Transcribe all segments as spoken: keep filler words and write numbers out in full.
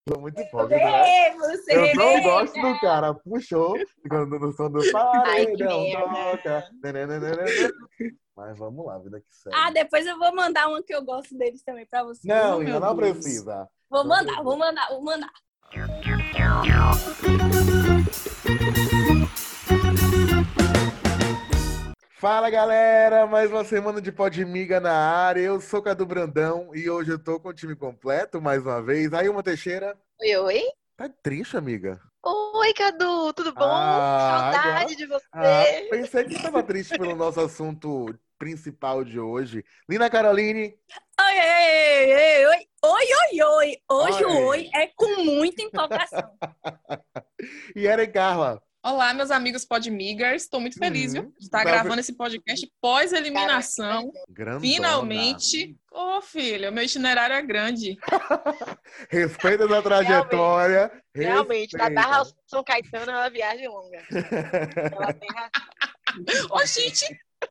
Sou muito Eu hipócrita, né? bebo, você Eu não bebe. gosto do cara. Puxou, ficando no som do Ai, que paredão, toca. merda. Nananana. Mas vamos lá, vida que Ah, segue. depois eu vou mandar uma que eu gosto deles também pra você. Não, Oh, ainda meu não Deus. precisa. Vou Não mandar, precisa. vou mandar, vou mandar. Fala, galera! Mais uma semana de Podmiga na área. Eu sou Cadu Brandão e hoje eu tô com o time completo mais uma vez. Aí, uma Teixeira. Oi, oi. Tá triste, amiga? Oi, Cadu, tudo bom? Ah, agora. Saudade de Ah, você. pensei que estava triste pelo nosso assunto principal de hoje. Lina Caroline. Oi, oi, oi, oi, oi, oi, oi. Hoje o Oi. oi é com muita empolgação. E Eren Carla. Olá, meus amigos Podmigers. Estou muito feliz, viu, Uhum. de estar Tá- gravando esse podcast pós-eliminação. Grandona. Finalmente. Ô, filha, meu itinerário é grande. Respeita essa trajetória. Realmente, da Respeita. Barra ao São Caetano é uma viagem longa. Ela tem razão. Ô, gente,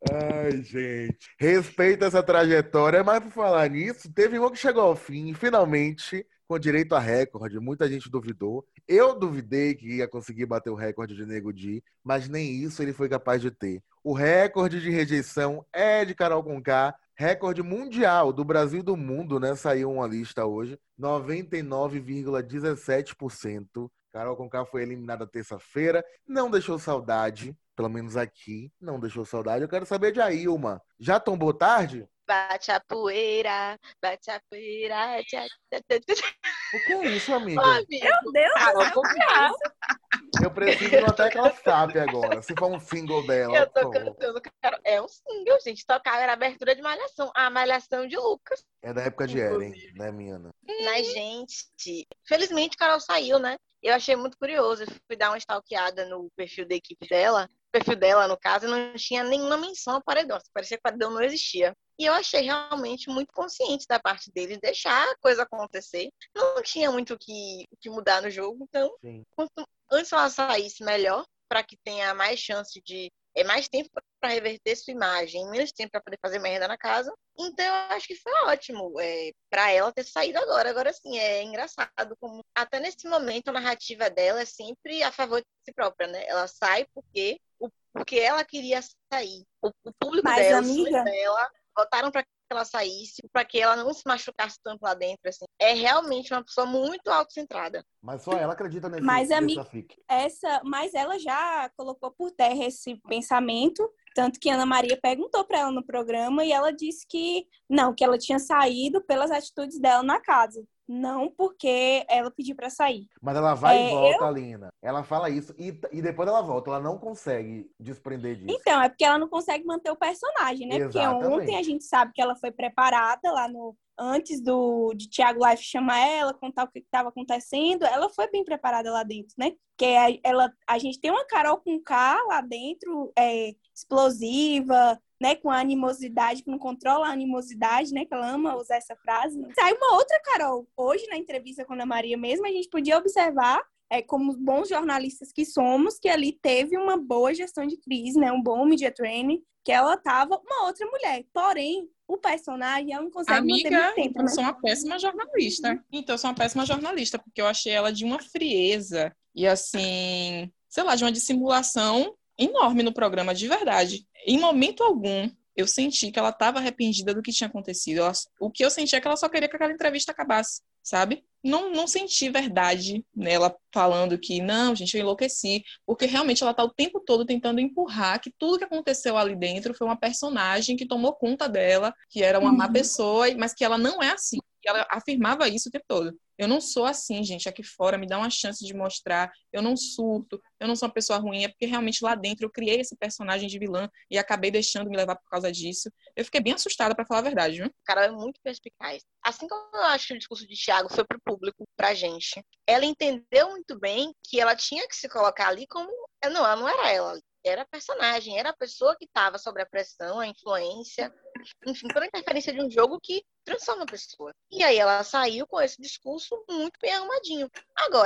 Ai, gente. Respeita essa trajetória, mas por falar nisso, teve um que chegou ao fim, finalmente, com direito a recorde. Muita gente duvidou. Eu duvidei que ia conseguir bater o recorde de Nego Di, mas nem isso ele foi capaz de ter. O recorde de rejeição é de Carol Conká, recorde mundial do Brasil e do mundo, né? Saiu uma lista hoje, noventa e nove vírgula dezessete por cento. Carol Conká foi eliminada terça-feira, não deixou saudade. Pelo menos aqui, não deixou saudade. Eu quero saber de Ailma. Já tombou tarde? Bate a poeira, bate a poeira. Tchá, tchá, tchá, tchá. O que é isso, amiga? Ô, amigo. Meu Deus Ah, do não, céu, vou que é isso? Eu preciso de uma tecla S A P agora. Se for um single dela, Eu tô por favor. cantando, cara. É um single, gente. Tocar era a abertura de Malhação. A Malhação de Lucas. É da época de Eren, né, Miana? Mas, gente, felizmente Carol saiu, né? Eu achei muito curioso. Eu fui dar uma stalkeada no perfil da equipe dela. O perfil dela, no caso, não tinha nenhuma menção a paredão. Parecia que o paredão não existia. E eu achei realmente muito consciente da parte deles deixar a coisa acontecer. Não tinha muito o que, o que mudar no jogo. Então, Sim. quanto antes ela saísse, melhor, para que tenha mais chance de. É mais tempo para reverter sua imagem, menos tempo para poder fazer merda na casa. Então, eu acho que foi ótimo é, para ela ter saído agora. Agora, sim, é engraçado como até nesse momento a narrativa dela é sempre a favor de si própria, né? Ela sai porque, o, porque ela queria sair. O, o público Mas, dela, os amiga- fãs dela, votaram para que ela saísse, para que ela não se machucasse tanto lá dentro. Assim. É realmente uma pessoa muito autocentrada. Mas só ela acredita nesse, Mas, nessa amiga- fic. Essa, mas ela já colocou por terra esse pensamento, tanto que Ana Maria perguntou para ela no programa e ela disse que não, que ela tinha saído pelas atitudes dela na casa, não porque ela pediu para sair. Mas ela vai É, e volta, Lina. Ela fala isso e, e depois ela volta. Ela não consegue desprender disso. Então, é porque ela não consegue manter o personagem, né? Exatamente. Porque ontem a gente sabe que ela foi preparada lá no antes do de Thiago Life chamar ela, contar o que estava acontecendo, ela foi bem preparada lá dentro, né? Porque a, ela, a gente tem uma Carol com K lá dentro, é, explosiva, né? Com a animosidade, que não controla a animosidade, né? Que ela ama usar essa frase. Sai uma outra Carol. Hoje, na entrevista com a Ana Maria mesmo, a gente podia observar É, como bons jornalistas que somos, que ali teve uma boa gestão de crise, né? Um bom media training, que ela tava uma outra mulher. Porém, o personagem, ela não consegue manter amiga, muito tempo, então eu né? sou uma péssima jornalista. Então eu sou uma péssima jornalista, porque eu achei ela de uma frieza e, assim, sei lá, de uma dissimulação enorme no programa, de verdade. Em momento algum, eu senti que ela estava arrependida do que tinha acontecido. Ela, o que eu senti é que ela só queria que aquela entrevista acabasse, sabe? Não, não senti verdade nela falando que, não, gente, eu enlouqueci, porque realmente ela tá o tempo todo tentando empurrar que tudo que aconteceu ali dentro foi uma personagem que tomou conta dela, que era uma má Uhum. pessoa, mas que ela não é assim. E ela afirmava isso o tempo todo. Eu não sou assim, gente, aqui fora me dá uma chance de mostrar, eu não surto, eu não sou uma pessoa ruim, é porque realmente lá dentro eu criei esse personagem de vilã e acabei deixando me levar por causa disso. Eu fiquei bem assustada, pra falar a verdade, viu? A Carol é muito perspicaz. Assim como eu acho que o discurso de Thiago foi pro público, pra gente. Ela entendeu muito bem que ela tinha que se colocar ali como... Não, ela não era ela. Era a personagem, era a pessoa que estava sob a pressão, a influência, enfim, toda a interferência de um jogo que transforma a pessoa. E aí ela saiu com esse discurso muito bem arrumadinho. Agora,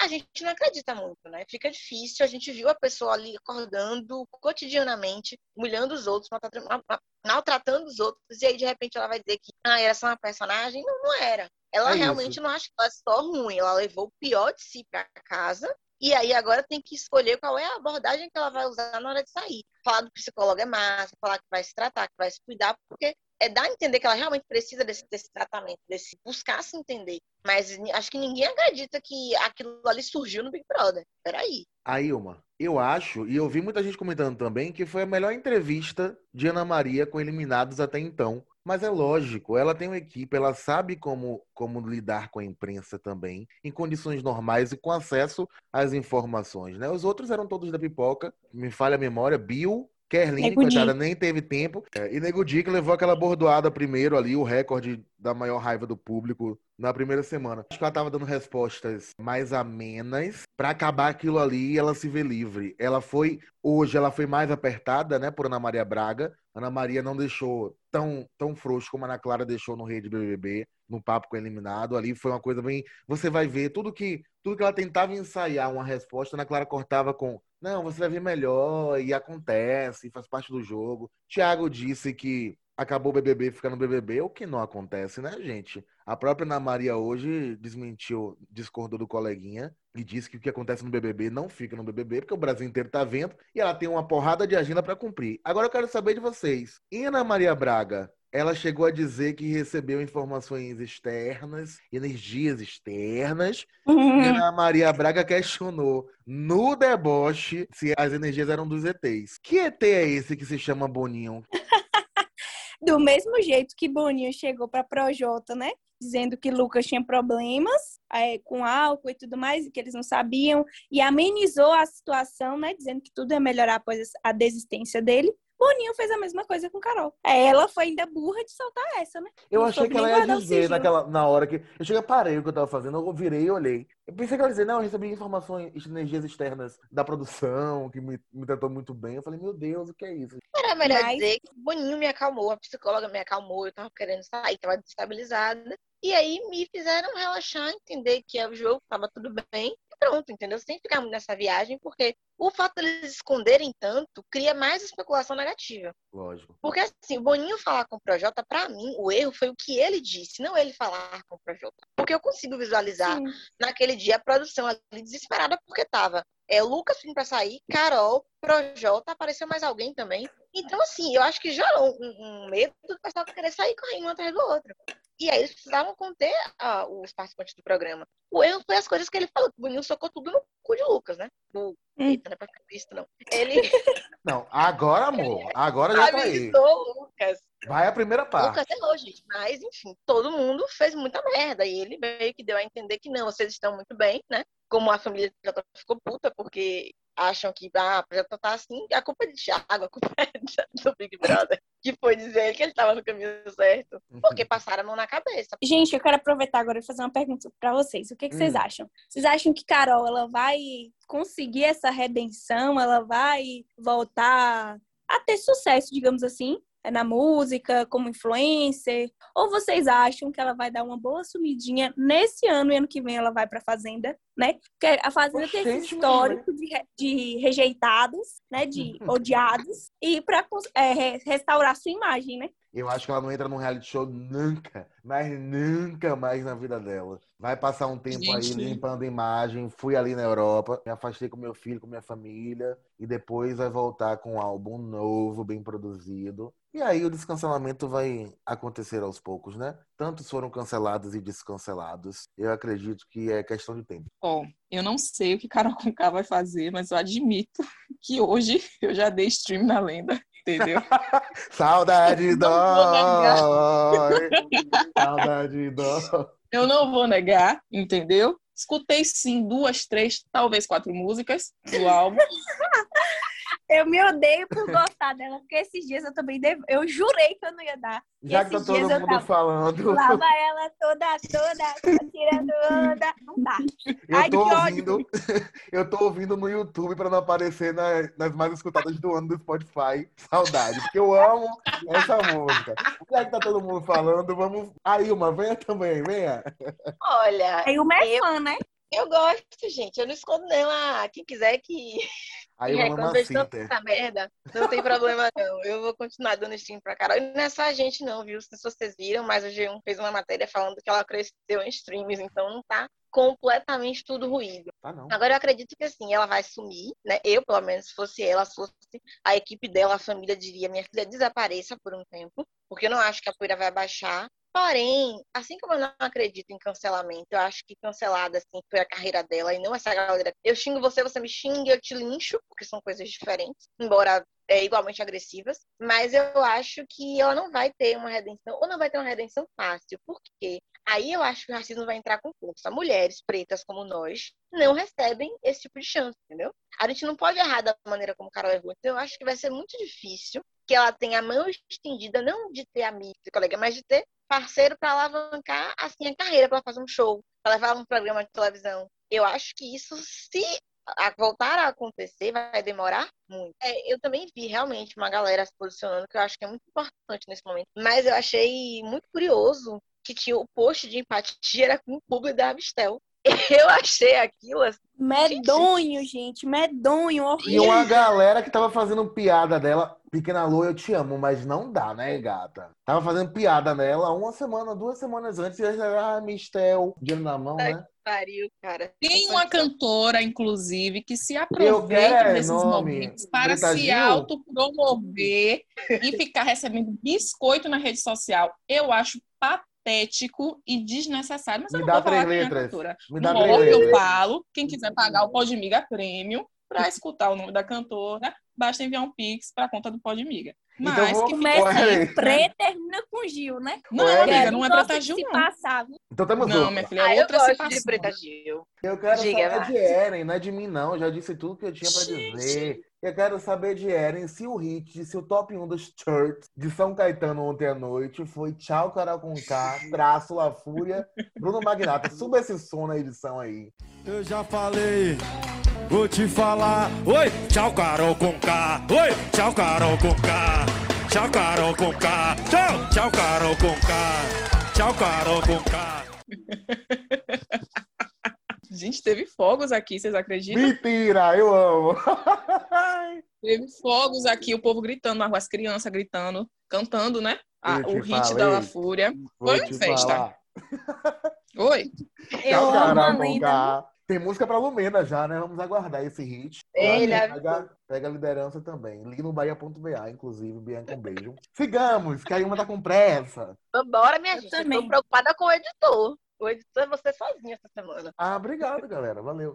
a gente não acredita muito, né? Fica difícil, a gente viu a pessoa ali acordando cotidianamente, humilhando os outros, maltratando, maltratando os outros, e aí de repente ela vai dizer que ah, era só uma personagem. Não, não era. Ela É realmente isso. não acha que ela é só ruim, ela levou o pior de si para casa, e aí agora tem que escolher qual é a abordagem que ela vai usar na hora de sair. Falar do psicólogo é massa, falar que vai se tratar, que vai se cuidar, porque é dar a entender que ela realmente precisa desse, desse tratamento, desse buscar se entender. Mas acho que ninguém acredita que aquilo ali surgiu no Big Brother. Peraí. Aí, Ilma, eu acho, e eu vi muita gente comentando também, que foi a melhor entrevista de Ana Maria com eliminados até então. Mas é lógico, ela tem uma equipe, ela sabe como, como lidar com a imprensa também, em condições normais e com acesso às informações, né? Os outros eram todos da pipoca, me falha a memória, Bill, Kerline, Nego coitada, Di. nem teve tempo. É, e Nego Di que levou aquela bordoada primeiro ali, o recorde da maior raiva do público na primeira semana. Acho que ela tava dando respostas mais amenas pra acabar aquilo ali e ela se ver livre. Ela foi, hoje, ela foi mais apertada, né, por Ana Maria Braga. Ana Maria não deixou tão, tão frouxo como a Ana Clara deixou no Rede B B B, no papo com o eliminado. Ali foi uma coisa bem... Você vai ver tudo que, tudo que ela tentava ensaiar uma resposta, a Ana Clara cortava com não, você vai ver melhor, e acontece, faz parte do jogo. Thiago disse que acabou o B B B ficando no B B B, o que não acontece, né, gente? A própria Ana Maria hoje desmentiu, discordou do coleguinha e disse que o que acontece no B B B não fica no B B B, porque o Brasil inteiro tá vendo e ela tem uma porrada de agenda para cumprir. Agora eu quero saber de vocês. E Ana Maria Braga? Ela chegou a dizer que recebeu informações externas, energias externas, e Ana Maria Braga questionou no deboche se as energias eram dos E Tês. Que E T é esse que se chama Boninho? Do mesmo jeito que Boninho chegou para Projota, né? Dizendo que Lucas tinha problemas é, com álcool e tudo mais, e que eles não sabiam, e amenizou a situação, né? Dizendo que tudo ia melhorar após a desistência dele. Boninho fez a mesma coisa com Carol. Ela foi ainda burra de soltar essa, né? Eu Não achei soube que ela nem ia guardar o dizer sigilo. naquela, na hora que... Eu cheguei, parei o que eu tava fazendo, eu virei e olhei. Eu pensei que ela ia dizer, não, eu recebi informações, energias externas da produção, que me, me tratou muito bem. Eu falei, meu Deus, o que é isso? Era melhor Mas- dizer que o Boninho me acalmou, a psicóloga me acalmou, eu tava querendo sair, tava desestabilizada. E aí me fizeram relaxar, entender que é o jogo, tava tudo bem. E pronto, entendeu? Sem ficar muito nessa viagem, porque o fato deles esconderem tanto cria mais especulação negativa. Lógico. Porque assim, o Boninho falar com o Projota, pra mim, o erro foi o que ele disse, não ele falar com o Projota. Porque eu consigo visualizar Sim. naquele dia a produção ali desesperada, porque tava é, o Lucas pedindo pra sair, Carol, Projota, apareceu mais alguém também. Então, assim, eu acho que gerou um, um medo do pessoal querer sair correndo um atrás do outro. E aí eles precisavam conter ah, os participantes do programa. O erro foi as coisas que ele falou, que o Boninho socou tudo no cu de Lucas, né? No... Hum. Eita, não é pra ficar visto, não. Ele Não, agora, amor, agora já tá aí. avisou o Lucas. Vai a primeira parte. Lucas errou, gente. Mas, enfim, todo mundo fez muita merda. E ele meio que deu a entender que não, vocês estão muito bem, né? Como a família já ficou puta, porque acham que ah, já tá assim, a culpa é de Thiago, a culpa é do Big Brother, que foi dizer que ele tava no caminho certo, porque passaram a mão na cabeça. Gente, eu quero aproveitar agora e fazer uma pergunta pra vocês. O que, que vocês Hum. acham? Vocês acham que Carol, ela vai conseguir essa redenção? Ela vai voltar a ter sucesso, digamos assim, na música, como influencer? Ou vocês acham que ela vai dar uma boa sumidinha nesse ano e ano que vem ela vai pra Fazenda, né? Porque a Fazenda tem esse Oxente, histórico de, re- de rejeitados, né? De odiados, e pra é, re- restaurar sua imagem, né? Eu acho que ela não entra num reality show nunca, mas nunca mais na vida dela. Vai passar um tempo aí Gente. limpando a imagem. Fui ali na Europa, me afastei com meu filho, com minha família, e depois vai voltar com um álbum novo, bem produzido. E aí o descancelamento vai acontecer aos poucos, né? Tantos foram cancelados e descancelados. Eu acredito que é questão de tempo. Ó, eu não sei o que Carol Conká vai fazer, mas eu admito que hoje eu já dei stream na lenda, entendeu? Saudade Não vou negar. dói. Saudade dói. Eu não vou negar, entendeu? Escutei sim duas, três, talvez quatro músicas do álbum. Eu me odeio por gostar dela, porque esses dias eu também devo... eu jurei que eu não ia dar. Já que tá Esses todo dias eu mundo tava- falando, Lava ela toda, toda, tô tirando onda. Não dá. eu Ai, tô que ódio. ouvindo, eu tô ouvindo no YouTube pra não aparecer na- nas mais escutadas do ano do Spotify. Saudade, porque eu amo essa música. Já que tá todo mundo falando, vamos. Aí, uma, venha também, venha. Olha, Aí uma é eu, fã, né? Eu gosto, gente. Eu não escondo, não. Ah, quem quiser que Aí uma reclame de mamacita. tanta merda, não tem problema, não. Eu vou continuar dando stream pra Carol. E não é só a gente, não, viu? Se vocês viram, mas o G um fez uma matéria falando que ela cresceu em streams, então não tá completamente tudo ruído. Tá não. Agora eu acredito que assim, ela vai sumir, né? Eu, pelo menos, se fosse ela, se fosse a equipe dela, a família diria, minha filha, desapareça por um tempo, porque eu não acho que a poeira vai baixar. Porém, assim como eu não acredito em cancelamento, eu acho que cancelada assim, foi a carreira dela e não essa galera. Eu xingo você, você me xinga, eu te lincho, porque são coisas diferentes, embora é, igualmente agressivas. Mas eu acho que ela não vai ter uma redenção, ou não vai ter uma redenção fácil. Por quê? Aí eu acho que o racismo vai entrar com força. Mulheres pretas como nós não recebem esse tipo de chance, entendeu? A gente não pode errar da maneira como o Carol errou. Então eu acho que vai ser muito difícil que ela tenha a mão estendida, não de ter amigo, de colega, mas de ter parceiro para alavancar assim a carreira, para fazer um show, para levar um programa de televisão. Eu acho que isso, se a- voltar a acontecer, vai demorar muito. É, eu também vi realmente uma galera se posicionando, que eu acho que é muito importante nesse momento. Mas eu achei muito curioso que tinha o post de empatia era com o público da Amistel. Eu achei aquilo assim, gente, Medonho, gente, medonho, E uma horrível. galera que tava fazendo piada dela, Pequena Lô, eu te amo, mas não dá, né, gata? Tava fazendo piada nela uma semana, duas semanas antes, e ela, ah, Mistel, dinheiro na mão, né? pariu, cara. Tem uma cantora, inclusive, que se Eu quero aproveita é desses nome, momentos para Preta se Gil? autopromover e ficar recebendo biscoito na rede social. Eu acho patético e desnecessário, mas eu Me não dá vou três falar quem é a letras. cantora. Me No dá três off eu letras. falo, quem quiser pagar o Podmiga Premium para escutar o nome da cantora, basta enviar um pix para a conta do Podmiga. Então Mas vou- que fique Começa Ué, em assim, né? preto, termina com Gil, né? Não, Ué, amiga, Quero não é gosta Preta de Gil, se não. passar, viu? Então temos Não, minha outra. filha, é Ah, eu outra gosto de situação. Preta Gil. Eu quero Diga, saber vai. de Eren, não é de mim, não. Já disse tudo que eu tinha pra Gente, dizer. Eu quero saber de Eren se o hit, se o top um dos charts de São Caetano ontem à noite foi Tchau, Carol com K, traço La Fúria, Bruno Magnata. Suba esse som na edição aí. Eu já falei, vou te falar. Oi, tchau, Carol com K. Oi, tchau, Carol com K. Tchau, Carol com K. Tchau, tchau, Carol com K. Tchau, Carol com K. gente, teve fogos aqui, vocês acreditam? Mentira, eu amo. Teve fogos aqui, o povo gritando na rua, as crianças gritando, cantando, né? A- Eu o te hit da La falei, Fúria. vou Foi uma te festa. falar. Oi? Eu Tchau, amo a Carol com lenda. K. Tem música pra Lumena já, né? Vamos aguardar esse hit. Eu acho Ele que avisou. pega, pega a liderança também. Ligue no bahia ponto b a, inclusive, Bianca, um beijo. Sigamos, que a Ilma tá com pressa. Vambora, minha Eu gente. Eu também. tô preocupada com o editor. O editor é você sozinha essa semana. Ah, obrigado, galera. Valeu.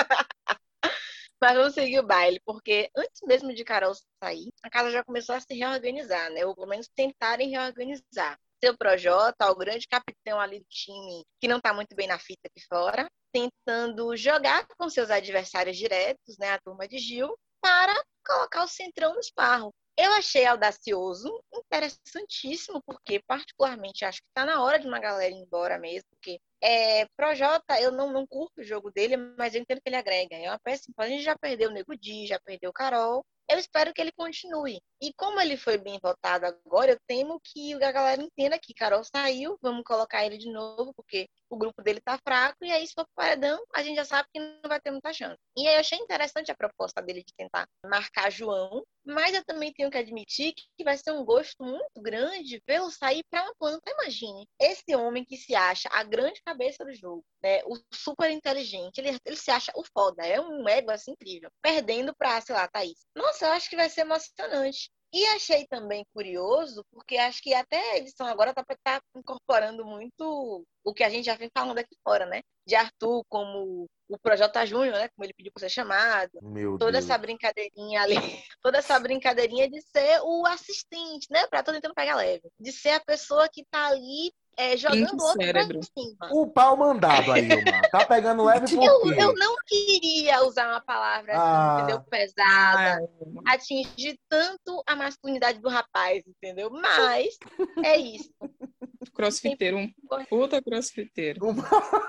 Mas vamos seguir o baile, porque antes mesmo de Carol sair, a casa já começou a se reorganizar, né? Ou pelo menos tentarem reorganizar. Seu Projota, o grande capitão ali do time, que não tá muito bem na fita aqui fora, tentando jogar com seus adversários diretos, né? A turma de Gil, para colocar o centrão no esparro. Eu achei audacioso, interessantíssimo, porque particularmente acho que tá na hora de uma galera ir embora mesmo, porque é, Projota, eu não, não curto o jogo dele, mas eu entendo que ele agrega. É uma peça, a gente já perdeu o Nego Di, já perdeu o Carol. Eu espero que ele continue. E como ele foi bem votado agora, eu temo que a galera entenda que Carol saiu, vamos colocar ele de novo, porque o grupo dele tá fraco, e aí se for pro paredão, a gente já sabe que não vai ter muita chance. E aí eu achei interessante a proposta dele de tentar marcar João, mas eu também tenho que admitir que vai ser um gosto muito grande vê-lo sair para uma planta. Imagine, esse homem que se acha a grande cabeça do jogo, né? O super inteligente, ele, ele se acha o foda, é um ego assim incrível, perdendo pra, sei lá, Thaís. Nossa, eu acho que vai ser emocionante. E achei também curioso, porque acho que até a edição agora tá, tá incorporando muito o que a gente já vem falando aqui fora, né? De Arthur como o Projota Júnior, né? Como ele pediu para ser chamado. Meu Toda Deus. essa brincadeirinha ali, toda essa brincadeirinha de ser o assistente, né? Pra tô tentando pegar leve. De ser a pessoa que tá ali é, jogando Pink o outro pra cérebro. cima. O pau mandado aí, Ilma. Tá pegando leve por Eu, quê? eu não queria usar uma palavra assim, Ah. entendeu? Pesada. Ah, Atingir tanto a masculinidade do rapaz, entendeu? Mas é isso. Crossfiteiro, um puta crossfiteiro. Uma-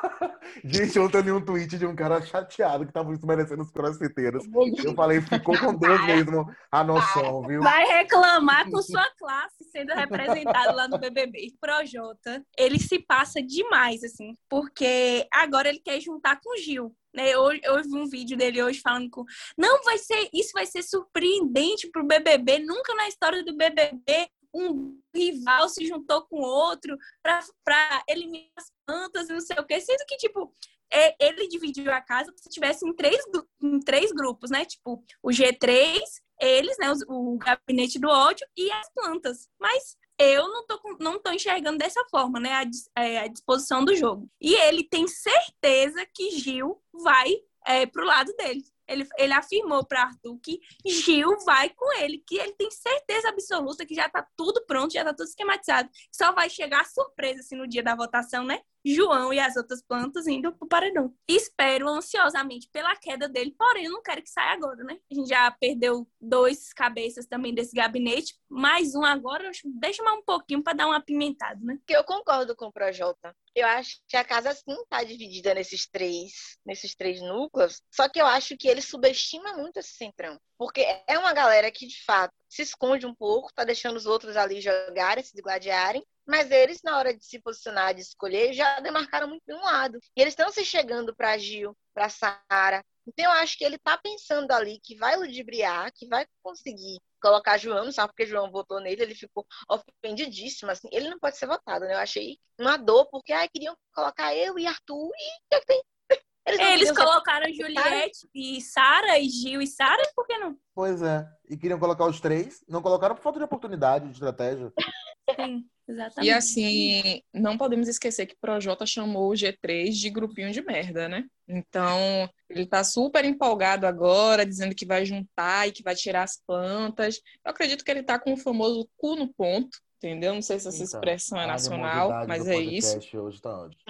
Gente, ontem eu li um tweet de um cara chateado que tava desmerecendo os crossfiteiros. Eu falei, ficou com Deus mesmo a noção, viu? Vai reclamar com sua classe sendo representada lá no B B B. Projota, ele se passa demais, assim, porque agora ele quer juntar com o Gil. Né? Eu, eu vi um vídeo dele hoje falando com... Não, vai ser, isso vai ser surpreendente pro B B B. Nunca na história do B B B um rival se juntou com outro pra, pra eliminar as plantas e não sei o quê. Sendo que, tipo, é, ele dividiu a casa se tivesse em três, em três grupos, né? Tipo, o G três, eles, né? O, o gabinete do ódio e as plantas. Mas eu não tô, não tô enxergando dessa forma, né? A, é, a disposição do jogo. E ele tem certeza que Gil vai é, pro lado dele. Ele, ele afirmou para Arthur que Gil vai com ele, que ele tem certeza absoluta que já tá tudo pronto, já tá tudo esquematizado. Só vai chegar surpresa, assim, no dia da votação, né? João e as outras plantas indo pro paredão. Espero ansiosamente pela queda dele, porém eu não quero que saia agora, né? A gente já perdeu dois cabeças também desse gabinete, mais um agora, deixa mais um pouquinho para dar uma apimentada, né? Eu concordo com o Projota. Eu acho que a casa sim tá dividida nesses três, nesses três núcleos, só que eu acho que ele subestima muito esse centrão, porque é uma galera que de fato se esconde um pouco, tá deixando os outros ali jogarem, se gladiarem, mas eles, na hora de se posicionar, de escolher, já demarcaram muito de um lado. E eles estão se chegando para Gil, para Sara. Então, eu acho que ele está pensando ali que vai ludibriar, que vai conseguir colocar João, não sabe porque João votou nele, ele ficou ofendidíssimo, assim. Ele não pode ser votado, né? Eu achei uma dor, porque ai, queriam colocar eu e Arthur, e o que é que tem? Eles, não Eles queriam colocaram ser... Juliette e Sara, e Gil e Sara, por que não? Pois é. E queriam colocar os três, não colocaram por falta de oportunidade, de estratégia. Sim, exatamente. E assim, não podemos esquecer que Projota chamou o G três de grupinho de merda, né? Então, ele tá super empolgado agora, dizendo que vai juntar e que vai tirar as plantas. Eu acredito que ele tá com o famoso cu no ponto, entendeu? Não sei se essa Então, expressão é a nacional, animosidade mas do é podcast isso. hoje tá onde?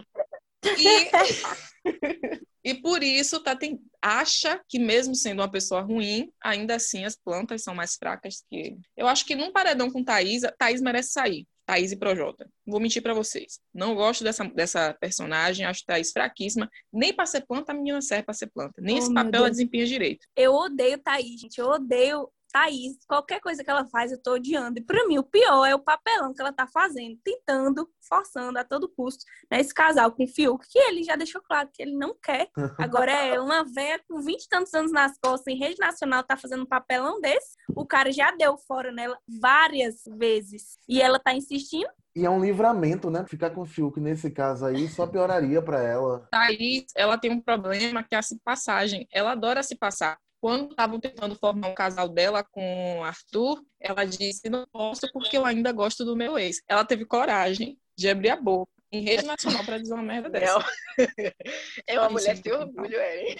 E... E por isso tá, tem, acha que mesmo sendo uma pessoa ruim, ainda assim as plantas são mais fracas que ele. Eu acho que num paredão com Thaís, Thaís merece sair. Thaís e Projota. Vou mentir pra vocês. Não gosto dessa, dessa personagem, acho Thaís fraquíssima. Nem pra ser planta a menina serve pra ser planta. Nem Oh, esse meu papel ela Deus. desempenha direito. Eu odeio Thaís, gente. Eu odeio Thaís. Qualquer coisa que ela faz, eu tô odiando. E pra mim, o pior é o papelão que ela tá fazendo, tentando, forçando a todo custo, né, esse casal com o Fiuk, que ele já deixou claro que ele não quer. Agora é uma véia com vinte e tantos anos nas costas, em rede nacional, tá fazendo um papelão desse. O cara já deu fora nela várias vezes. E ela tá insistindo. E é um livramento, né? Ficar com o Fiuk nesse caso aí só pioraria pra ela. Thaís, ela tem um problema que é a se passagem. Ela adora se passar. Quando estavam tentando formar um casal dela com o Arthur, ela disse, não posso porque eu ainda gosto do meu ex. Ela teve coragem de abrir a boca em rede nacional para dizer uma merda dessa. Não. É uma Isso mulher é sem muito orgulho, Eren.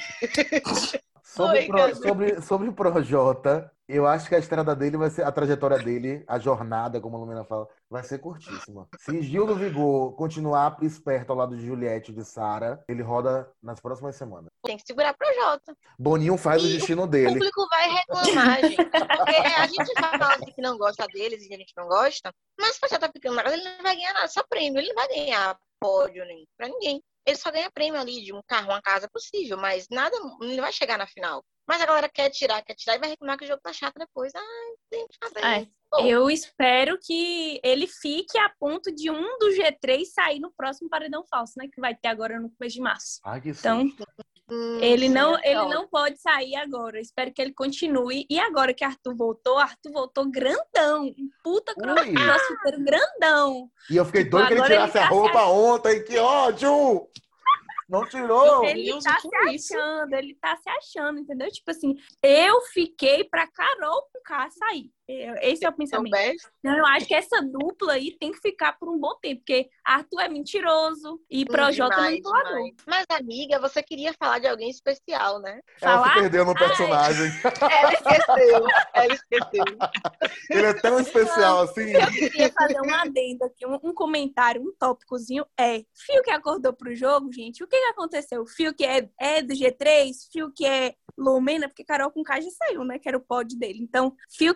Sobre, Oi, pro, Cadu. sobre, sobre o Projota, eu acho que a estrada dele vai ser, a trajetória dele, a jornada, como a Lumena fala, vai ser curtíssima. Se Gil do Vigor continuar esperto ao lado de Juliette e de Sara, ele roda nas próximas semanas. Tem que segurar pro Jota. Boninho faz o E destino O dele. público vai reclamar, gente. Porque a gente fala assim que não gosta deles e a gente não gosta, mas se o tá ficando na casa, ele não vai ganhar nada, só prêmio. Ele não vai ganhar pódio nem pra ninguém. Ele só ganha prêmio ali de um carro, uma casa possível, mas nada, ele não vai chegar na final. Mas a galera quer tirar, quer tirar e vai reclamar que o jogo tá chato depois. Ai, tem que fazer É, isso. Pô, eu espero que ele fique a ponto de um do G três sair no próximo Paredão Falso, né? Que vai ter agora no começo de março. Ai, que Então, susto. hum, ele sim, não, é ele ótimo. não pode sair agora. Eu espero que ele continue. E agora que Arthur voltou, Arthur voltou grandão. Um puta cross- Ui. crossfiteiro grandão. E eu fiquei Tipo, doido que ele agora ele tirasse a tá roupa se- ontem. Que ódio! Não tirou! Meu Ele Deus, tá o que é isso? achando, ele tá se achando, entendeu? Tipo assim, eu fiquei pra Carol com K sair. Eu- Esse é o Então, pensamento. best. Não, eu acho que essa dupla aí tem que ficar por um bom tempo, porque Arthur é mentiroso e Projota Demais, manipulador. demais. Mas, amiga, você queria falar de alguém especial, né? Ela se Falar? perdeu no personagem. Ela esqueceu. Ela esqueceu. Ele é tão especial assim. Eu queria fazer um adendo aqui, um, um comentário, um tópicozinho. É, Fio que acordou pro jogo, gente, o que que aconteceu? Fio que é, é do G três, Fio que é Lumena, porque Carol com K já saiu, né, que era o pod dele. Então, Fio que Lumena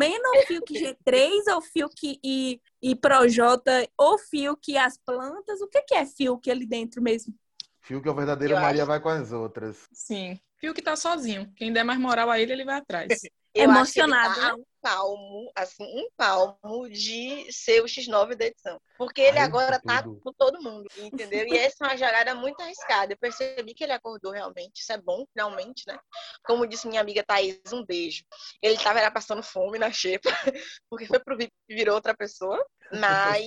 Lumena ou Fiuk G três, ou Fiuk e, e Projota, ou Fiuk e as plantas? O que, que é Fiuk ali dentro mesmo? Fiuk é o verdadeiro, Eu Maria acho- vai com as outras. Sim. Fiuk tá sozinho. Quem der mais moral a ele, ele vai atrás. Eu acho que ele Emocionado, tá a né? um palmo, assim, um palmo de ser o X nove da edição. Porque ele Ai, agora tá tudo. com todo mundo, entendeu? E essa é uma jogada muito arriscada. Eu percebi que ele acordou realmente. Isso é bom, finalmente, né? Como disse minha amiga Thaís, um beijo. Ele tava era passando fome na xepa, porque foi pro V I P e virou outra pessoa. Mas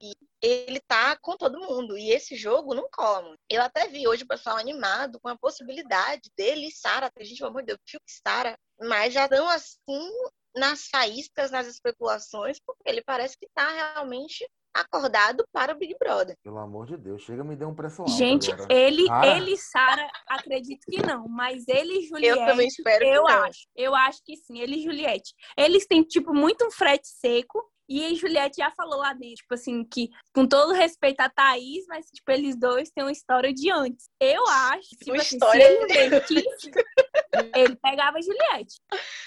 ele tá com todo mundo. E esse jogo não cola muito. Eu até vi hoje o pessoal animado com a possibilidade dele e Sara. Gente, pelo amor de Deus, Fiuk e Sara. Mas já estão assim nas faíscas, nas especulações, porque ele parece que tá realmente acordado para o Big Brother. Pelo amor de Deus, chega me deu um pressão alta Gente, agora. ele, Sara? ele e Sara, acredito que não, mas ele e Juliette, Eu também espero que eu não. acho, eu acho que sim, ele e Juliette. Eles têm, tipo, muito um frete seco, e a Juliette já falou lá dentro, tipo assim, que com todo respeito a Thaís, mas, tipo, eles dois têm uma história de antes. Eu acho, tipo Uma assim, história- se ele mentisse, ele pegava a Juliette.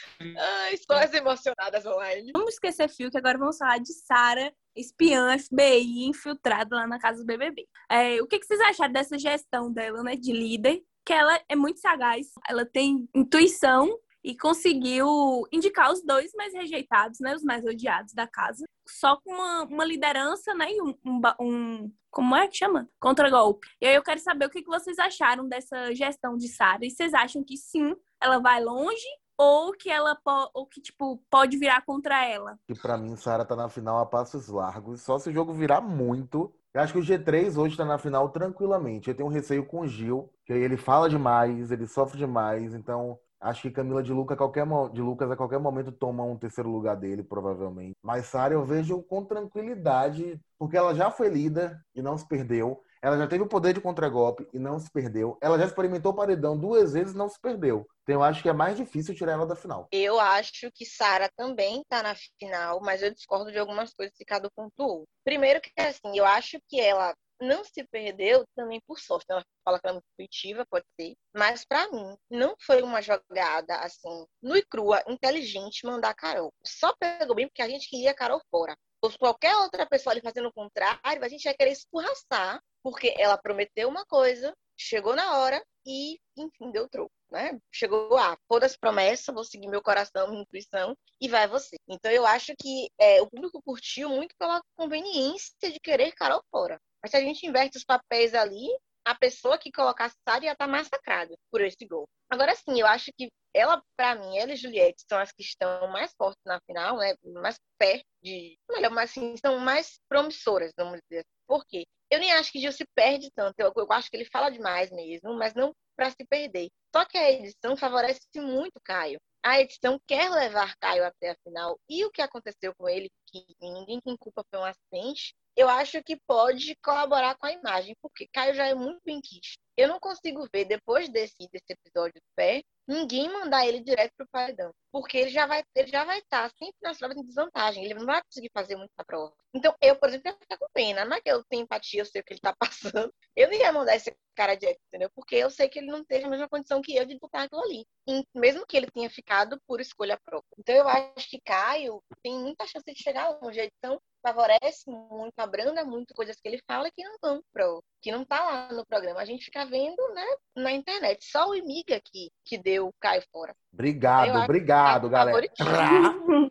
Ai, histórias emocionadas online. Vamos esquecer Fiuk, que agora vamos falar de Sara, espiã F B I, infiltrada lá na casa do B B B. É, o que, que vocês acharam dessa gestão dela, né, de líder? Que ela é muito sagaz, ela tem intuição e conseguiu indicar os dois mais rejeitados, né, os mais odiados da casa, só com uma, uma liderança, né, e um, um, um como é que chama? Contra-golpe. E aí eu quero saber o que, que vocês acharam dessa gestão de Sara. E vocês acham que sim, ela vai longe? Ou que ela po- ou que, tipo, pode virar contra ela? Que pra mim, Sara tá na final a passos largos. Só se o jogo virar muito. Eu acho que o G três hoje tá na final tranquilamente. Eu tenho um receio com o Gil, que ele fala demais, ele sofre demais. Então, acho que Camila de, Luca, a qualquer mo- de Lucas a qualquer momento toma um terceiro lugar dele, provavelmente. Mas Sara eu vejo com tranquilidade, porque ela já foi líder e não se perdeu. Ela já teve o poder de contragolpe e não se perdeu. Ela já experimentou o paredão duas vezes e não se perdeu. Então eu acho que é mais difícil tirar ela da final. Eu acho que Sara também tá na final, mas eu discordo de algumas coisas que Cadu pontuou. Primeiro que, assim, eu acho que ela não se perdeu também por sorte. Ela fala que ela é muito intuitiva, pode ser. Mas, pra mim, não foi uma jogada, assim, nua e crua, inteligente, mandar a Carol. Só pegou bem porque a gente queria a Carol fora. Ou se qualquer outra pessoa ali fazendo o contrário, a gente ia querer escorraçar, porque ela prometeu uma coisa, chegou na hora e, enfim, deu troco, né? Chegou, ah, todas as promessas, vou seguir meu coração, minha intuição, e vai você. Então, eu acho que é, o público curtiu muito pela conveniência de querer Carol fora. Mas se a gente inverte os papéis ali, a pessoa que colocasse Sara ia estar massacrada por esse gol. Agora sim, eu acho que ela, pra mim, ela e Juliette são as que estão mais fortes na final, né? Mais perto de... Melhor, mas assim, são mais promissoras, vamos dizer assim. Por quê? Eu nem acho que Gil se perde tanto. Eu, eu acho que ele fala demais mesmo, mas não pra se perder. Só que a edição favorece muito Caio. A edição quer levar Caio até a final. E o que aconteceu com ele, que ninguém tem culpa, foi um acidente, eu acho que pode colaborar com a imagem, porque Caio já é muito bem quisto. Eu não consigo ver, depois desse, desse episódio do pé, ninguém mandar ele direto pro paredão. Porque ele já vai ele já vai estar sempre nas provas em desvantagem. Ele não vai conseguir fazer muita prova. Então, eu, por exemplo, ia ficar com pena. Não é que eu tenho empatia, eu sei o que ele tá passando. Eu não ia mandar esse cara direto, entendeu? Porque eu sei que ele não tem a mesma condição que eu de disputar aquilo ali. E mesmo que ele tenha ficado por escolha própria. Então, eu acho que Caio tem muita chance de chegar longe. A edição favorece muito, abranda muito coisas que ele fala que não vão pro, que não tá lá no programa. A gente fica vendo, né, na internet. Só o Imiga que, que deu o Caio fora. Obrigado, Eu acho obrigado, que galera. favoritinho.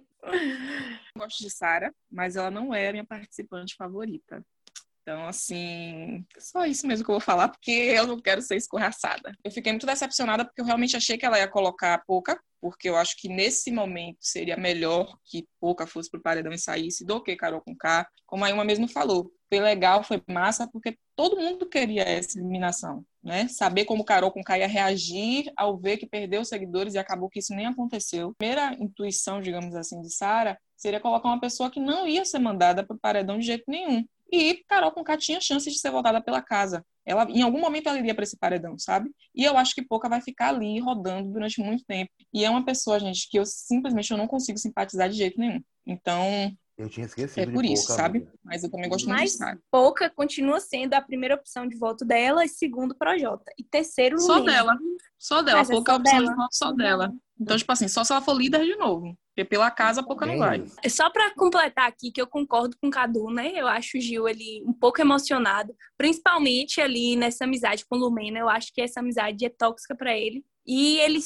Eu gosto de Sara, mas ela não é a minha participante favorita. Então, assim, só isso mesmo que eu vou falar, porque eu não quero ser escorraçada. Eu fiquei muito decepcionada porque eu realmente achei que ela ia colocar a Poca, porque eu acho que nesse momento seria melhor que Poca fosse pro paredão e saísse do que Carol Conká. Como a Ilma mesmo falou, foi legal, foi massa, porque todo mundo queria essa eliminação, né? Saber como Carol Conká ia reagir ao ver que perdeu os seguidores e acabou que isso nem aconteceu. A primeira intuição, digamos assim, de Sara seria colocar uma pessoa que não ia ser mandada pro paredão de jeito nenhum. E Carol Conká tinha chance de ser votada pela casa. Ela, em algum momento ela iria para esse paredão, sabe? E eu acho que Poca vai ficar ali rodando durante muito tempo. E é uma pessoa, gente, que eu simplesmente eu não consigo simpatizar de jeito nenhum. Então, Eu tinha esquecido é de por isso, Poca, sabe? amiga. Mas eu também gosto muito Mas de Sara. Poca continua sendo a primeira opção de voto dela e segundo Projota. E terceiro, Só Lumena. dela. Só dela. Mas é Poca é a só opção dela. de voto só dela. Então, tipo assim, só se ela for líder de novo. Porque pela casa a Poca não vai. Só para completar aqui, que eu concordo com o Cadu, né? Eu acho o Gil ali um pouco emocionado, principalmente ali nessa amizade com o Lumena. Eu acho que essa amizade é tóxica para ele. E ele,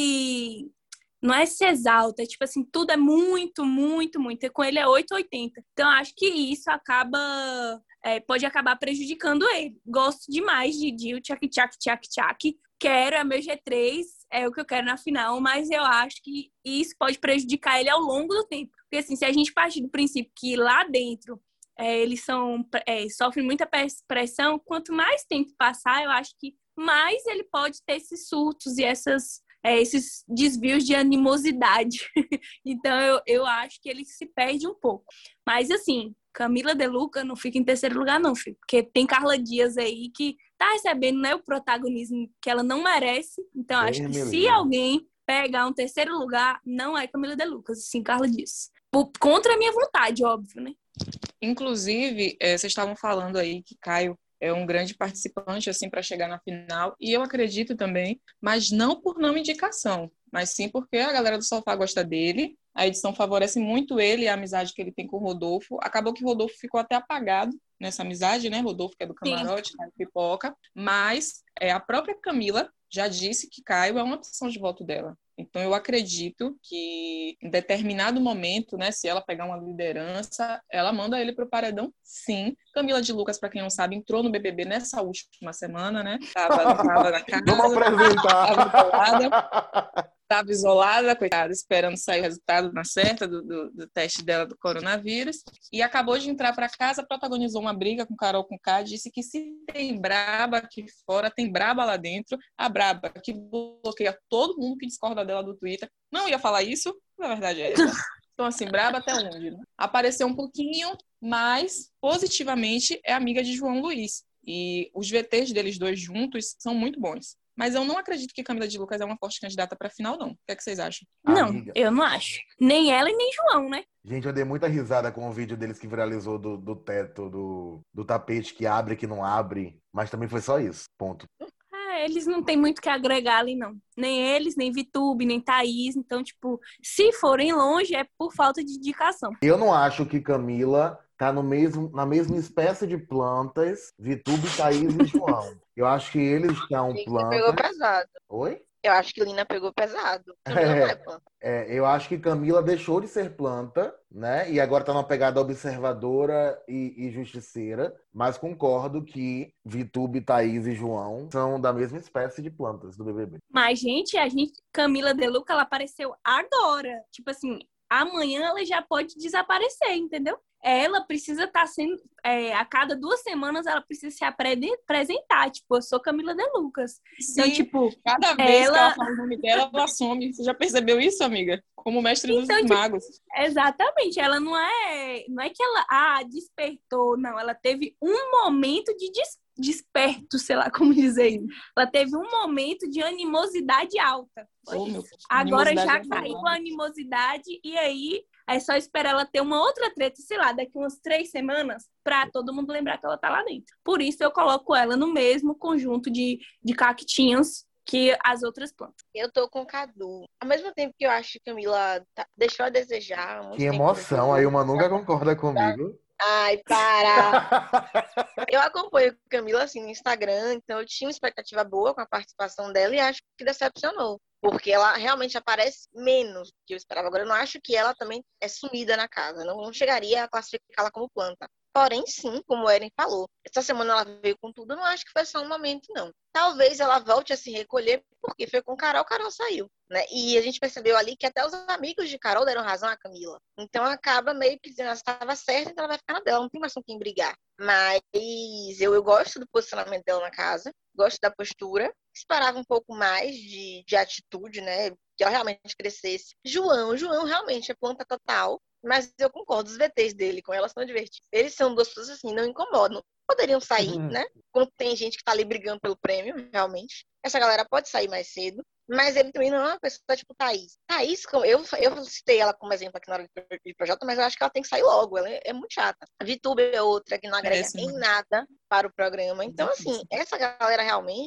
ele não é se exalta, é tipo assim, tudo é muito, muito, muito. E com ele é oito ou oitenta. Então, eu acho que isso acaba... É, pode acabar prejudicando ele. Gosto demais de Gil, tchac, tchac, tchac, tchac. Quero, é meu G três, é o que eu quero na final, mas eu acho que isso pode prejudicar ele ao longo do tempo. Porque, assim, se a gente partir do princípio que lá dentro é, eles são, é, sofrem muita pressão, quanto mais tempo passar, eu acho que mais ele pode ter esses surtos e essas, é, esses desvios de animosidade. Então, eu, eu acho que ele se perde um pouco. Mas, assim, Camila De Luca não fica em terceiro lugar, não, filho. Porque tem Carla Dias aí que tá recebendo, né, o protagonismo que ela não merece. Então, Bem, acho que se Emilinha. alguém pegar um terceiro lugar, não é Camila De Lucas, sim Carla Dias. Por, contra a minha vontade, óbvio, né? Inclusive, é, vocês estavam falando aí que Caio é um grande participante, assim, para chegar na final. E eu acredito também, mas não por não indicação, mas sim porque a galera do Sofá gosta dele. A edição favorece muito ele e a amizade que ele tem com o Rodolfo. Acabou que o Rodolfo ficou até apagado nessa amizade, né? Rodolfo, que é do camarote, Caio Pipoca. Mas é, a própria Camila já disse que Caio é uma opção de voto dela. Então, eu acredito que em determinado momento, né, se ela pegar uma liderança, ela manda ele para o paredão, sim. Camila de Lucas, para quem não sabe, entrou no B B B nessa última semana, né? Tava, não tava na casa. Vamos apresentar. Tava isolada. Estava isolada, coitada, esperando sair o resultado na certa do, do, do teste dela do coronavírus. E acabou de entrar para casa, protagonizou uma briga com Carol Conká, disse que se tem braba aqui fora, tem braba lá dentro. A braba que bloqueia todo mundo que discorda dela do Twitter. Não ia falar isso, na verdade é essa. Então, assim, braba até onde? Né? Apareceu um pouquinho, mas positivamente é amiga de João Luiz. E os V Ts deles dois juntos são muito bons. Mas eu não acredito que Camila de Lucas é uma forte candidata para a final, não. O que é que vocês acham? Não, Amiga. eu não acho. Nem ela e nem João, né? Gente, eu dei muita risada com o vídeo deles que viralizou do, do teto, do, do tapete que abre, que não abre. Mas também foi só isso. Ponto. É, eles não têm muito o que agregar ali, não. Nem eles, nem Vitube, nem Thaís. Então, tipo, se forem longe, é por falta de indicação. Eu não acho que Camila tá no mesmo, na mesma espécie de plantas, Vitube, Thaís e João. Eu acho que eles são Lina plantas... pegou pesado. Oi? Eu acho que Lina pegou pesado. Camila não é planta. É, eu acho que Camila deixou de ser planta, né? E agora tá numa pegada observadora e, e justiceira. Mas concordo que Vitube, Thaís e João são da mesma espécie de plantas do B B B. Mas, gente, a gente, Camila De Luca, ela apareceu agora. Tipo assim, amanhã ela já pode desaparecer, entendeu? Ela precisa estar sendo... É, a cada duas semanas ela precisa se apresentar. Tipo, eu sou Camila De Lucas. Sim, então, tipo... cada vez ela... que ela fala o nome dela, ela some. Você já percebeu isso, amiga? Como mestre então, dos tipo, magos. Exatamente. Ela não é... Não é que ela... Ah, despertou. Não, ela teve um momento de des... desperto, sei lá como dizer isso. Ela teve um momento de animosidade alta. Oh, meu, Agora já é caiu a animosidade e aí é só esperar ela ter uma outra treta, sei lá, daqui umas três semanas, pra todo mundo lembrar que ela tá lá dentro. Por isso eu coloco ela no mesmo conjunto de, de cactinhos que as outras plantas. Eu tô com o Cadu. Ao mesmo tempo que eu acho que Camila tá... deixou a desejar. há muito Que tempo emoção, no aí jogo. uma nunca concorda comigo. Ai, para! Eu acompanho Camila assim no Instagram, então eu tinha uma expectativa boa com a participação dela e acho que decepcionou. Porque ela realmente aparece menos do que eu esperava. Agora, eu não acho que ela também é sumida na casa. Não, não chegaria a classificá-la como planta. Porém, sim, como o Eren falou, essa semana ela veio com tudo, não acho que foi só um momento, não. Talvez ela volte a se recolher, porque foi com Carol, Carol saiu, né? E a gente percebeu ali que até os amigos de Carol deram razão à Camila. Então acaba meio que dizendo, ela estava certa, então ela vai ficar na dela, não tem mais com quem brigar. Mas eu, eu gosto do posicionamento dela na casa, gosto da postura, esperava um pouco mais de, de atitude, né? Que ela realmente crescesse. João, João realmente é planta total. Mas eu concordo, os V Ts dele com ela são divertidos. Eles são duas pessoas assim, não incomodam. Poderiam sair, Uhum. né? Quando tem gente que tá ali brigando pelo prêmio, realmente. Essa galera pode sair mais cedo. Mas ele também não é uma pessoa tipo Thaís. Thaís, eu, eu citei ela como exemplo aqui na hora de projeto, mas eu acho que ela tem que sair logo. Ela é, é muito chata. A Vitube é outra que não agrega Parece em muito. nada para o programa. Então, assim, essa galera realmente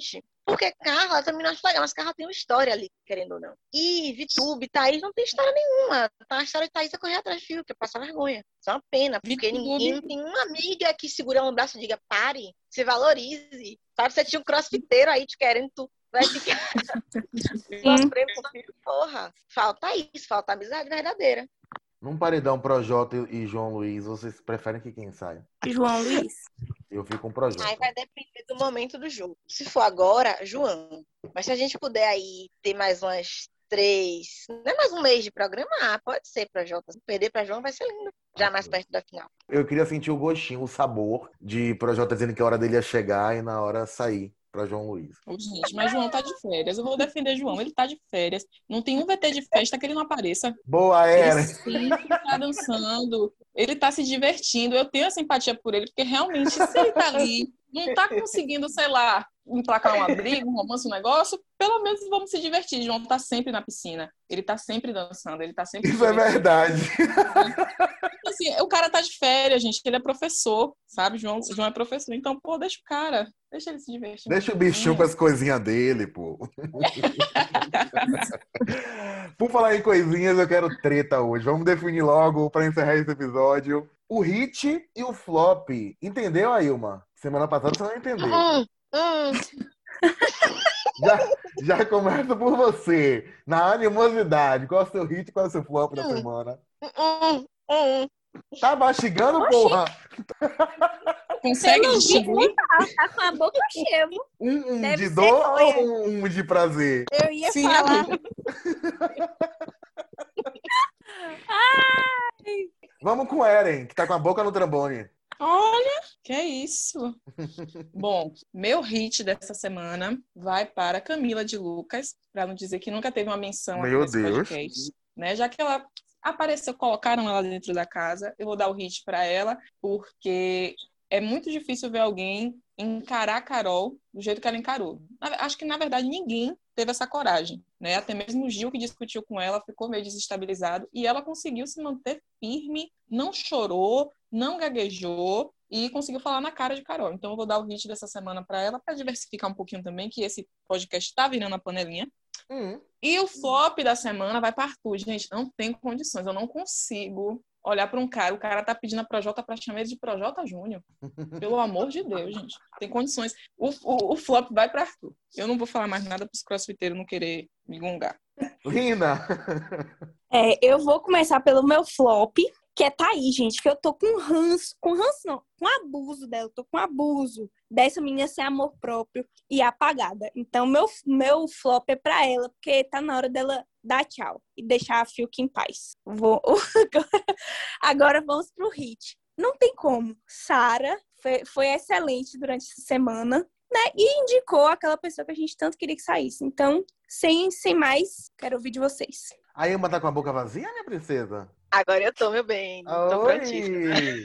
Porque Carla também não acho legal, mas Carla tem uma história ali, querendo ou não. E Vitube, Thaís não tem história nenhuma. A história de Thaís é correr atrás de Fiuk, é passar vergonha. Isso é uma pena, porque Vitube. ninguém não tem uma amiga que segura no braço e diga, pare, se valorize. Sabe, você tinha um crossfiteiro aí te querendo, tu vai ficar sofrendo com o filho. Porra, falta isso, falta amizade verdadeira. Num paredão Projota e João Luiz, vocês preferem que quem saia? João Luiz. Eu fico com o Projota. Aí vai depender do momento do jogo. Se for agora, João. Mas se a gente puder aí ter mais umas três, não é mais um mês de programa, ah, pode ser Projota. Se perder pra João vai ser lindo. Já mais perto da final. Eu queria sentir o gostinho, o sabor de Projota dizendo que a hora dele ia chegar e na hora sair pra João Luiz. Ô, gente, mas João tá de férias. Eu vou defender João. Ele tá de férias. Não tem um V T de festa que ele não apareça. Boa, Ele Eren! sempre tá dançando. Ele tá se divertindo. Eu tenho a simpatia por ele, porque realmente, se ele tá ali, não tá conseguindo, sei lá, emplacar uma briga, um romance, um negócio, pelo menos vamos se divertir. João tá sempre na piscina. Ele tá sempre dançando. Ele tá sempre... Isso é verdade. Assim, o cara tá de férias, gente. Ele é professor, sabe? João, João é professor. Então, pô, deixa o cara. Deixa ele se divertir. Deixa o bichinho com as coisinhas dele, pô. Por falar em coisinhas, eu quero treta hoje. Vamos definir logo, pra encerrar esse episódio, o hit e o flop. Entendeu, Ailma? Semana passada você não entendeu. Hum, hum. Já, já começa por você. Na animosidade. Qual é o seu hit e qual é o seu flop da Hum. semana? Hum, hum. Tá mastigando, Oxi. porra? Consegue Pelo distinguir? Tá com a boca cheia. viu? Um, um Deve de ser dor noia. ou um de prazer? Eu ia Sim, falar. amiga. Vamos com o Eren, que tá com a boca no trombone. Olha, que é isso. Bom, meu hit dessa semana vai para Camila de Lucas, para não dizer que nunca teve uma menção aqui Meu nesse Deus. podcast, né? Já que ela apareceu, colocaram ela dentro da casa, eu vou dar o hit para ela, porque é muito difícil ver alguém encarar a Carol do jeito que ela encarou. Na- Acho que, na verdade, ninguém teve essa coragem, né? Até mesmo o Gil, que discutiu com ela, ficou meio desestabilizado e ela conseguiu se manter firme, não chorou, não gaguejou e conseguiu falar na cara de Carol. Então, eu vou dar o hit dessa semana para ela, para diversificar um pouquinho também, que esse podcast está virando a panelinha. Hum. E o flop da semana vai para Arthur. Gente, não tem condições, eu não consigo olhar para um cara, o cara tá pedindo a Projota para chamar ele de Projota Júnior. Pelo amor de Deus, gente. Tem condições. O, o, o flop vai para Arthur. Eu não vou falar mais nada para os crossfiteiros não querer me gongar. Lina! É, eu vou começar pelo meu flop, que é Thaís, gente, que eu tô com ranço, com ranço não, com abuso dela, eu tô com abuso dessa menina sem amor próprio e apagada. Então, meu, meu flop é pra ela, porque tá na hora dela dar tchau e deixar a Fiuk em paz. Vou... agora, agora vamos pro hit. Não tem como. Sara foi, foi excelente durante essa semana, né? E indicou aquela pessoa que a gente tanto queria que saísse. Então, sem, sem mais, quero ouvir de vocês. A Ilma tá com a boca vazia, minha princesa? Agora eu tô, meu bem. Tô prontíssima. Oi!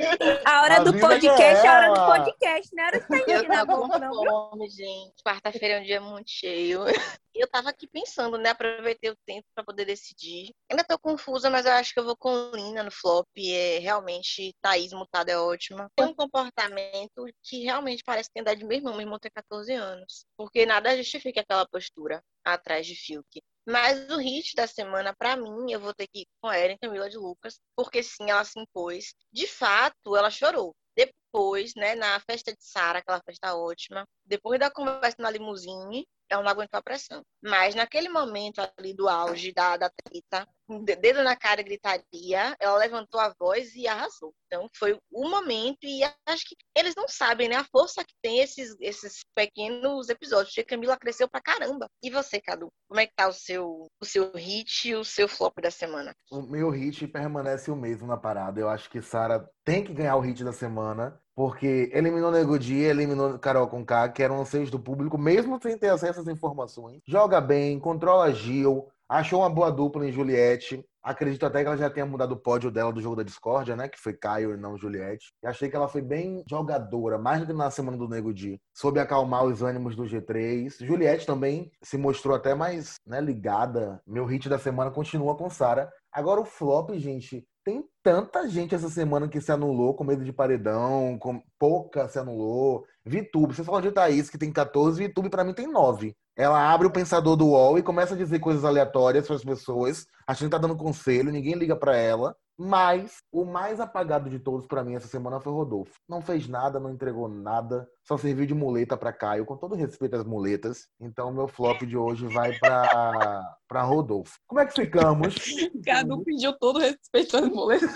A hora do Avisa podcast que é é a hora do ela. podcast, não é hora de tá Eu enchendo a tô com boca, não, viu? fome, gente. Quarta-feira é um dia muito cheio. Eu tava aqui pensando, né? Aproveitei o tempo pra poder decidir. Ainda tô confusa, mas eu acho que eu vou com Lina no flop. É, realmente, Thaís mutada é ótima. Tem um comportamento que realmente parece que tem idade de meu irmão. Meu irmão tem catorze anos. Porque nada justifica aquela postura atrás de Fiuk. Mas o hit da semana, pra mim, eu vou ter que ir com a Eren Camila de Lucas, porque sim, ela se impôs. De fato, ela chorou. Depois, né, na festa de Sara, aquela festa ótima, depois da conversa na limusine, ela não aguentou a pressão. Mas naquele momento ali do auge da, da treta, com o dedo na cara e gritaria, ela levantou a voz e arrasou. Então foi o momento, e acho que eles não sabem, né, a força que tem esses, esses pequenos episódios, porque Camila cresceu pra caramba. E você, Cadu? Como é que tá o seu, o seu hit e o seu flop da semana? O meu hit permanece o mesmo na parada. Eu acho que Sara tem que ganhar o hit da semana, porque eliminou Nego Di, eliminou Carol Conká, que eram anseios do público, mesmo sem ter acesso às informações. Joga bem, controla Gil, achou uma boa dupla em Juliette. Acredito até que ela já tenha mudado o pódio dela do jogo da discórdia, né? Que foi Caio e não Juliette. E achei que ela foi bem jogadora, mais do que na semana do Nego Di. Soube acalmar os ânimos do G três. Juliette também se mostrou até mais, né, ligada. Meu hit da semana continua com Sara. Agora o flop, gente, Tem tanta gente essa semana que se anulou com medo de paredão, com pouca se anulou. VTube, vocês falam de Thaís, que tem catorze, VTube pra mim tem nove. Ela abre o pensador do U O L e começa a dizer coisas aleatórias para as pessoas, achando que tá dando conselho, ninguém liga pra ela. Mas o mais apagado de todos pra mim essa semana foi o Rodolfo. Não fez nada, não entregou nada, só serviu de muleta pra Caio, com todo respeito às muletas. Então meu flop de hoje vai pra, pra Rodolfo. Como é que ficamos? Cadu pediu todo respeito às muletas.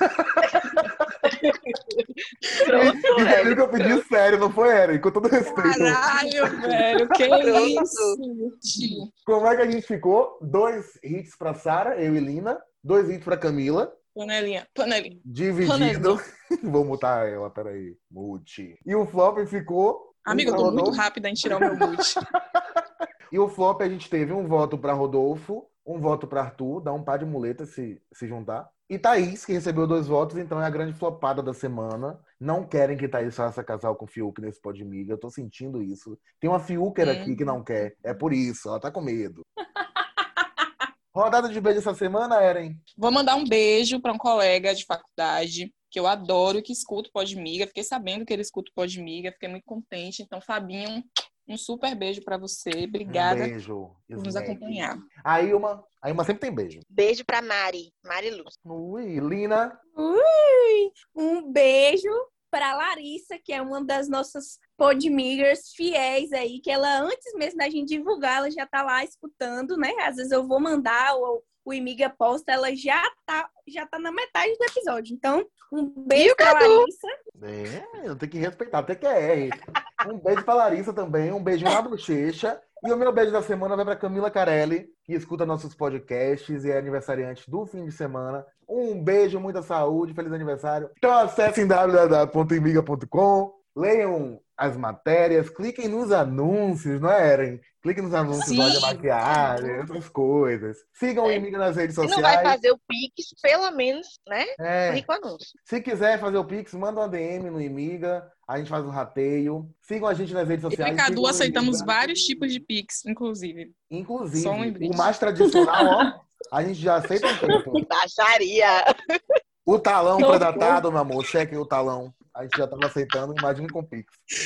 Entendeu que eu pedi sério, não foi, Eren? Com todo respeito. Caralho, velho, que isso? Como é que a gente ficou? Dois hits pra Sara, eu e Lina. Dois hits pra Camila. Panelinha, panelinha. Dividido. Panelinha. Vou mutar ela, peraí. Mute. E o flop ficou... Amigo, eu tô Rodolfo. muito rápida em tirar o meu mute. E o flop a gente teve um voto pra Rodolfo, um voto pra Arthur, dá um par de muletas se, se juntar. E Thaís, que recebeu dois votos, então é a grande flopada da semana. Não querem que Thaís faça casal com Fiuk nesse Podmiga, eu tô sentindo isso. Tem uma Fiuker Hum. aqui que não quer, é por isso, ela tá com medo. Rodada de beijo essa semana, Eren? Vou mandar um beijo para um colega de faculdade que eu adoro e que escuta o Podmiga. Fiquei sabendo que ele escuta o Podmiga, fiquei muito contente. Então, Fabinho, um super beijo para você. Obrigada Um beijo. por nos Snack. acompanhar. A Ilma, a Ilma sempre tem beijo. Beijo pra Mari, Mari Luz. Ui, Lina. Ui, um beijo para Larissa, que é uma das nossas podmigers fiéis aí, que ela, antes mesmo da gente divulgar, ela já tá lá escutando, né? Às vezes eu vou mandar, ou o Imiga posta, ela já tá, já tá na metade do episódio. Então, um beijo para Larissa. É, eu tenho que respeitar, até que é R. Um beijo pra Larissa também, um beijinho na bochecha. E o meu beijo da semana vai pra Camila Carelli, que escuta nossos podcasts e é aniversariante do fim de semana. Um beijo, muita saúde, feliz aniversário. Então acessem w w w ponto imiga ponto com, leiam as matérias, cliquem nos anúncios, não é, Eren? Cliquem nos anúncios Sim. lá de maquiagem, outras coisas. Sigam o Imiga nas redes Se sociais. não vai fazer o Pix, pelo menos, né? É. Clica o anúncio. Se quiser fazer o Pix, manda uma D M no Imiga, a gente faz um rateio. Sigam a gente nas redes Eu sociais. e Cadu sigam o aceitamos Imiga. vários tipos de Pix, inclusive. Inclusive, Só um lembrete. o mais tradicional, ó, a gente já aceita um tempo. Baixaria. O talão Não, pré-datado, meu amor, chequem o talão. A gente já tava aceitando, imagine com Pix.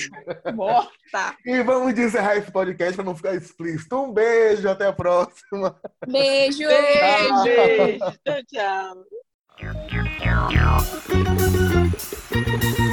Morta! E vamos encerrar esse podcast para não ficar explícito. Um beijo, até a próxima. Beijo! Beijo. Tchau, tchau.